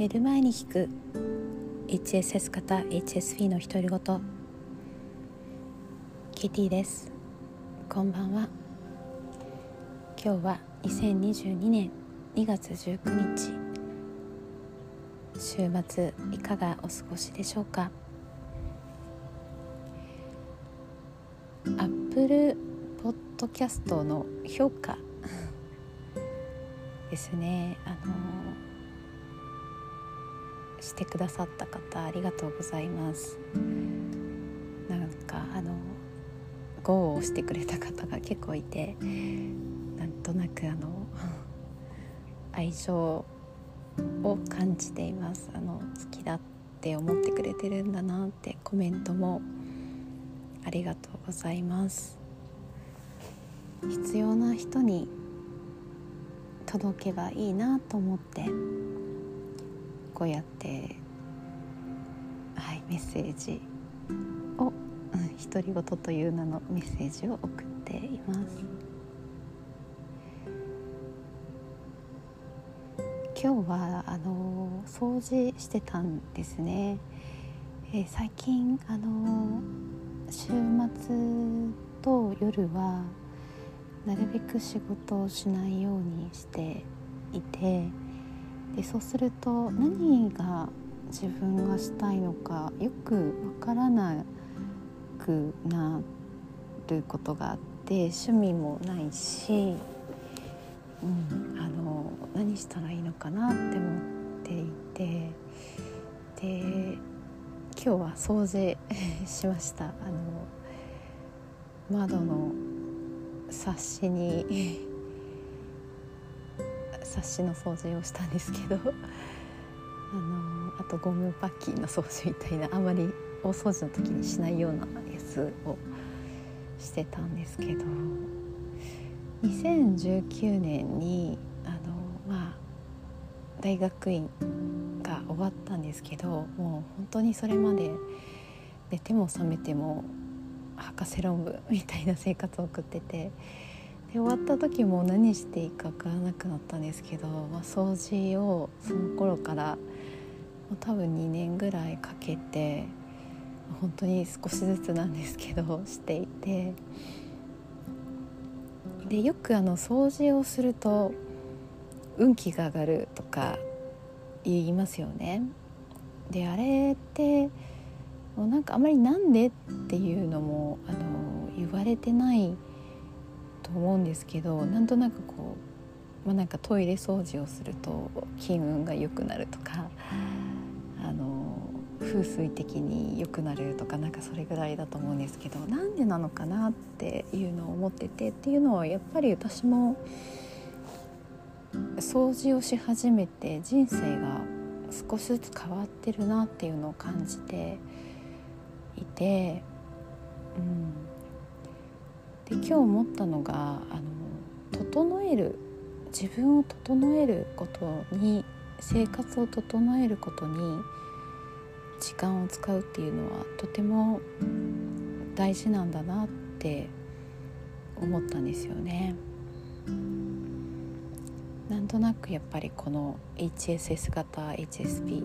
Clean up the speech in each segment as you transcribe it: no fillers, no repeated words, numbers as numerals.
寝る前に聞く HSS 型 HSP の独り言。ケティです。こんばんは。今日は2022年2月19日、週末いかがお過ごしでしょうか。Apple Podcast の評価ですね。してくださった方ありがとうございます。なんか5を押してくれた方が結構いて、なんとなく愛情を感じています。好きだって思ってくれてるんだなって。コメントもありがとうございます。必要な人に届けばいいなと思ってこうやって、メッセージを、独り言という名のメッセージを送っています。今日は掃除してたんですね。最近週末と夜はなるべく仕事をしないようにしていて、でそうすると何が自分がしたいのかよくわからなくなることがあって、趣味もないし、何したらいいのかなって思っていて、で今日は掃除しました。窓のサッシの掃除をしたんですけど、あとゴムパッキンの掃除みたいな、あまり大掃除の時にしないようなやつをしてたんですけど、2019年に大学院が終わったんですけど、もう本当にそれまで寝ても覚めても博士論文みたいな生活を送ってて、で終わった時も何していいか分からなくなったんですけど、掃除をその頃から多分2年ぐらいかけて、本当に少しずつなんですけどしていて、でよく掃除をすると運気が上がるとか言いますよね。であれってもうなんかあまりなんでっていうのも言われてないと思うんですけど、なんとなくなんかトイレ掃除をすると金運が良くなるとか、風水的に良くなるとか、なんかそれぐらいだと思うんですけど、なんでなのかなっていうのを思ってて、っていうのはやっぱり私も掃除をし始めて人生が少しずつ変わってるなっていうのを感じていて、で今日思ったのが自分を整えることに、生活を整えることに時間を使うっていうのはとても大事なんだなって思ったんですよね。なんとなくやっぱりこの HSS 型 HSP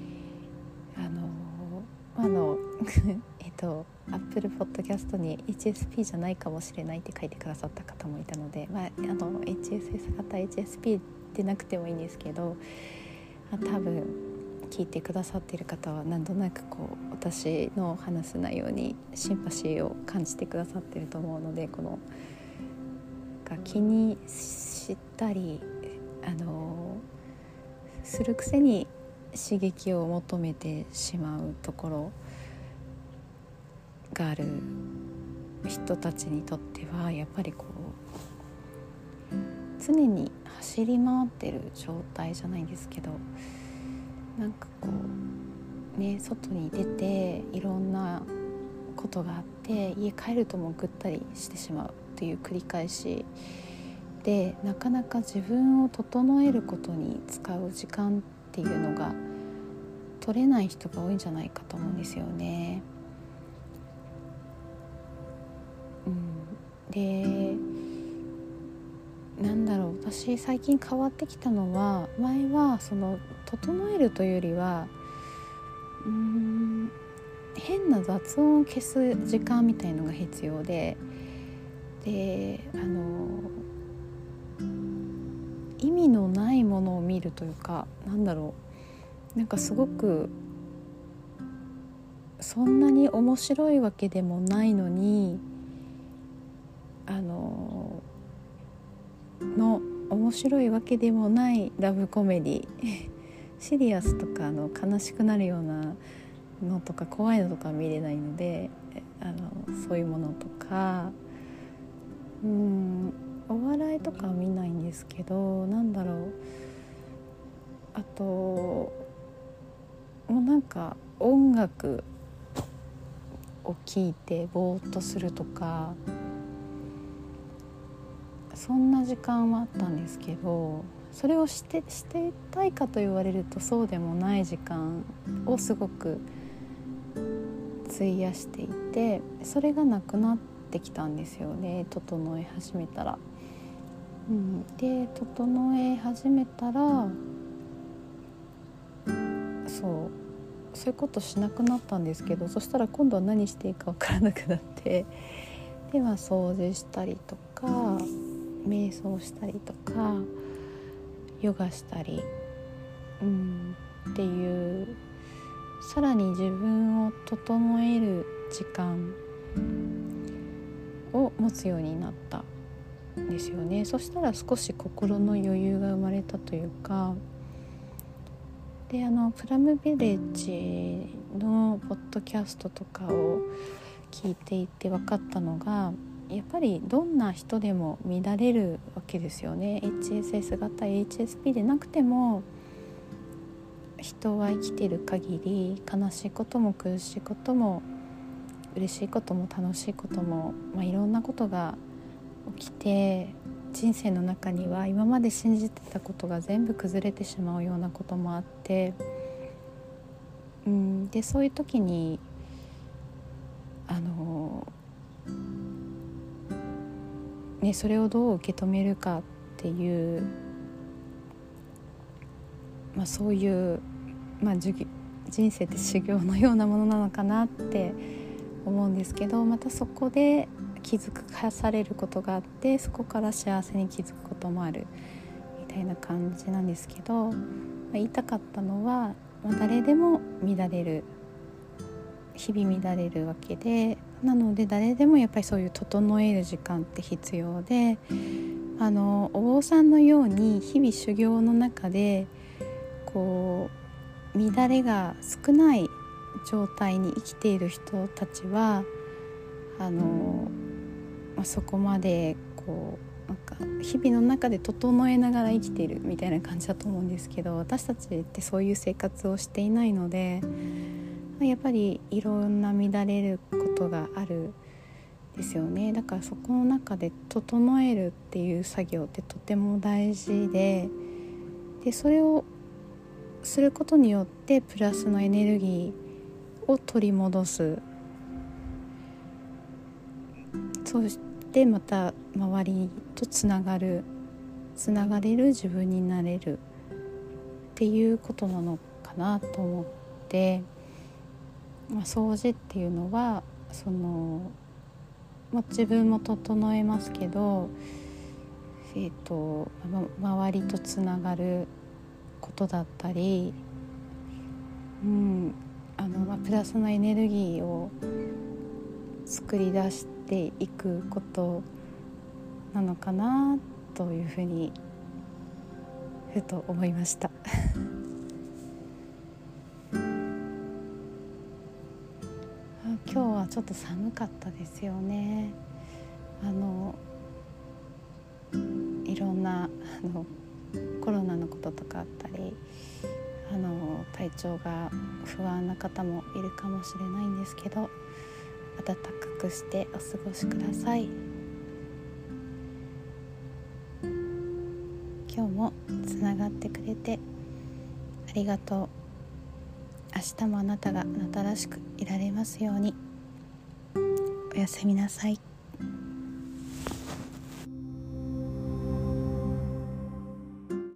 Apple Podcast に HSP じゃないかもしれないって書いてくださった方もいたので、HSS 型 HSP でなくてもいいんですけど、多分聞いてくださっている方はなんとなく私の話す内容にシンパシーを感じてくださっていると思うので、この気にしたりするくせに刺激を求めてしまうところがある人たちにとっては、やっぱり常に走り回ってる状態じゃないんですけど、なんか外に出ていろんなことがあって、家帰るともうぐったりしてしまうっていう繰り返しで、なかなか自分を整えることに使う時間っていうのが取れない人が多いんじゃないかと思うんですよね。で私最近変わってきたのは、前はその整えるというよりは変な雑音を消す時間みたいのが必要で、意味のないものを見るというか、なんかすごくそんなに面白いわけでもないのに面白いわけでもないラブコメディシリアスとか悲しくなるようなのとか怖いのとか見れないので、そういうものとか、お笑いとかは見ないんですけど、あともうなんか音楽を聴いてぼーっとするとか、そんな時間はあったんですけど、それをしてたいかと言われるとそうでもない時間をすごく費やしていて、それがなくなってきたんですよね、整え始めたら。で整え始めたらそういうことしなくなったんですけど、そしたら今度は何していいか分からなくなって、で掃除したりとか瞑想したりとかヨガしたり、っていうさらに自分を整える時間を持つようになったんですよね。そしたら少し心の余裕が生まれたというか、でプラムビレッジのポッドキャストとかを聞いていて分かったのが、やっぱりどんな人でも乱れるわけですよね。 HSS 型 HSP でなくても人は生きている限り、悲しいことも苦しいことも嬉しいことも楽しいことも、いろんなことが起きて、人生の中には今まで信じてたことが全部崩れてしまうようなこともあって、でそういう時にそれをどう受け止めるかっていう、そういう、人生って修行のようなものなのかなって思うんですけど、またそこで気づかされることがあって、そこから幸せに気づくこともあるみたいな感じなんですけど、言いたかったのは、誰でも乱れる、日々乱れるわけで、なので誰でもやっぱりそういう整える時間って必要で、お坊さんのように日々修行の中で乱れが少ない状態に生きている人たちはそこまで日々の中で整えながら生きているみたいな感じだと思うんですけど、私たちってそういう生活をしていないので、やっぱりいろんな乱れることがあるですよね。だからそこの中で整えるっていう作業ってとても大事で、それをすることによってプラスのエネルギーを取り戻す、そしてまた周りとつながれる自分になれるっていうことなのかなと思って、掃除っていうのは自分も整えますけど、周りとつながることだったり、プラスのエネルギーを作り出していくことなのかなというふうにふと思いました今日はちょっと寒かったですよね。いろんなコロナのこととかあったり、体調が不安な方もいるかもしれないんですけど、暖かくしてお過ごしください。今日もつながってくれてありがとう。明日もあなたがあなたらしくいられますように。おやすみなさい。